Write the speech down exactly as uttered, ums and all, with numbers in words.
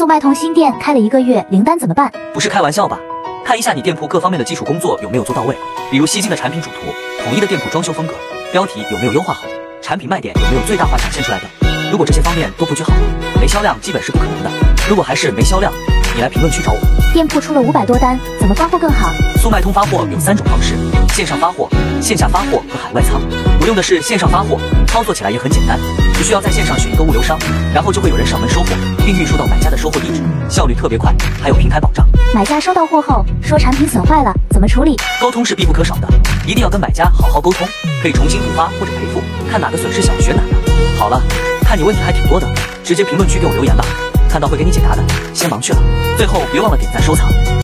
速卖通新店开了一个月，零单怎么办？ 不是开玩笑吧？看一下你店铺各方面的基础工作有没有做到位，比如吸睛的产品主图、统一的店铺装修风格、标题有没有优化好，产品卖点有没有最大化展现出来的。如果这些方面都不居好，没销量基本是不可能的。如果还是没销量，你来评论区找我。 店铺出了五百多单，怎么发货更好？ 速卖通发货有三种方式：线上发货、线下发货和海外仓。我用的是线上发货，操作起来也很简单，只需要在线上选一个物流商，然后就会有人上门收货，并运输到买家的收货地址，效率特别快，还有平台保障。 买家收到货后说产品损坏了，怎么处理？ 沟通是必不可少的，一定要跟买家好好沟通，可以重新补发或者赔付，看哪个损失小学哪个。好了，看你问题还挺多的，直接评论区给我留言吧，看到会给你解答的。先忙去了，最后别忘了点赞收藏。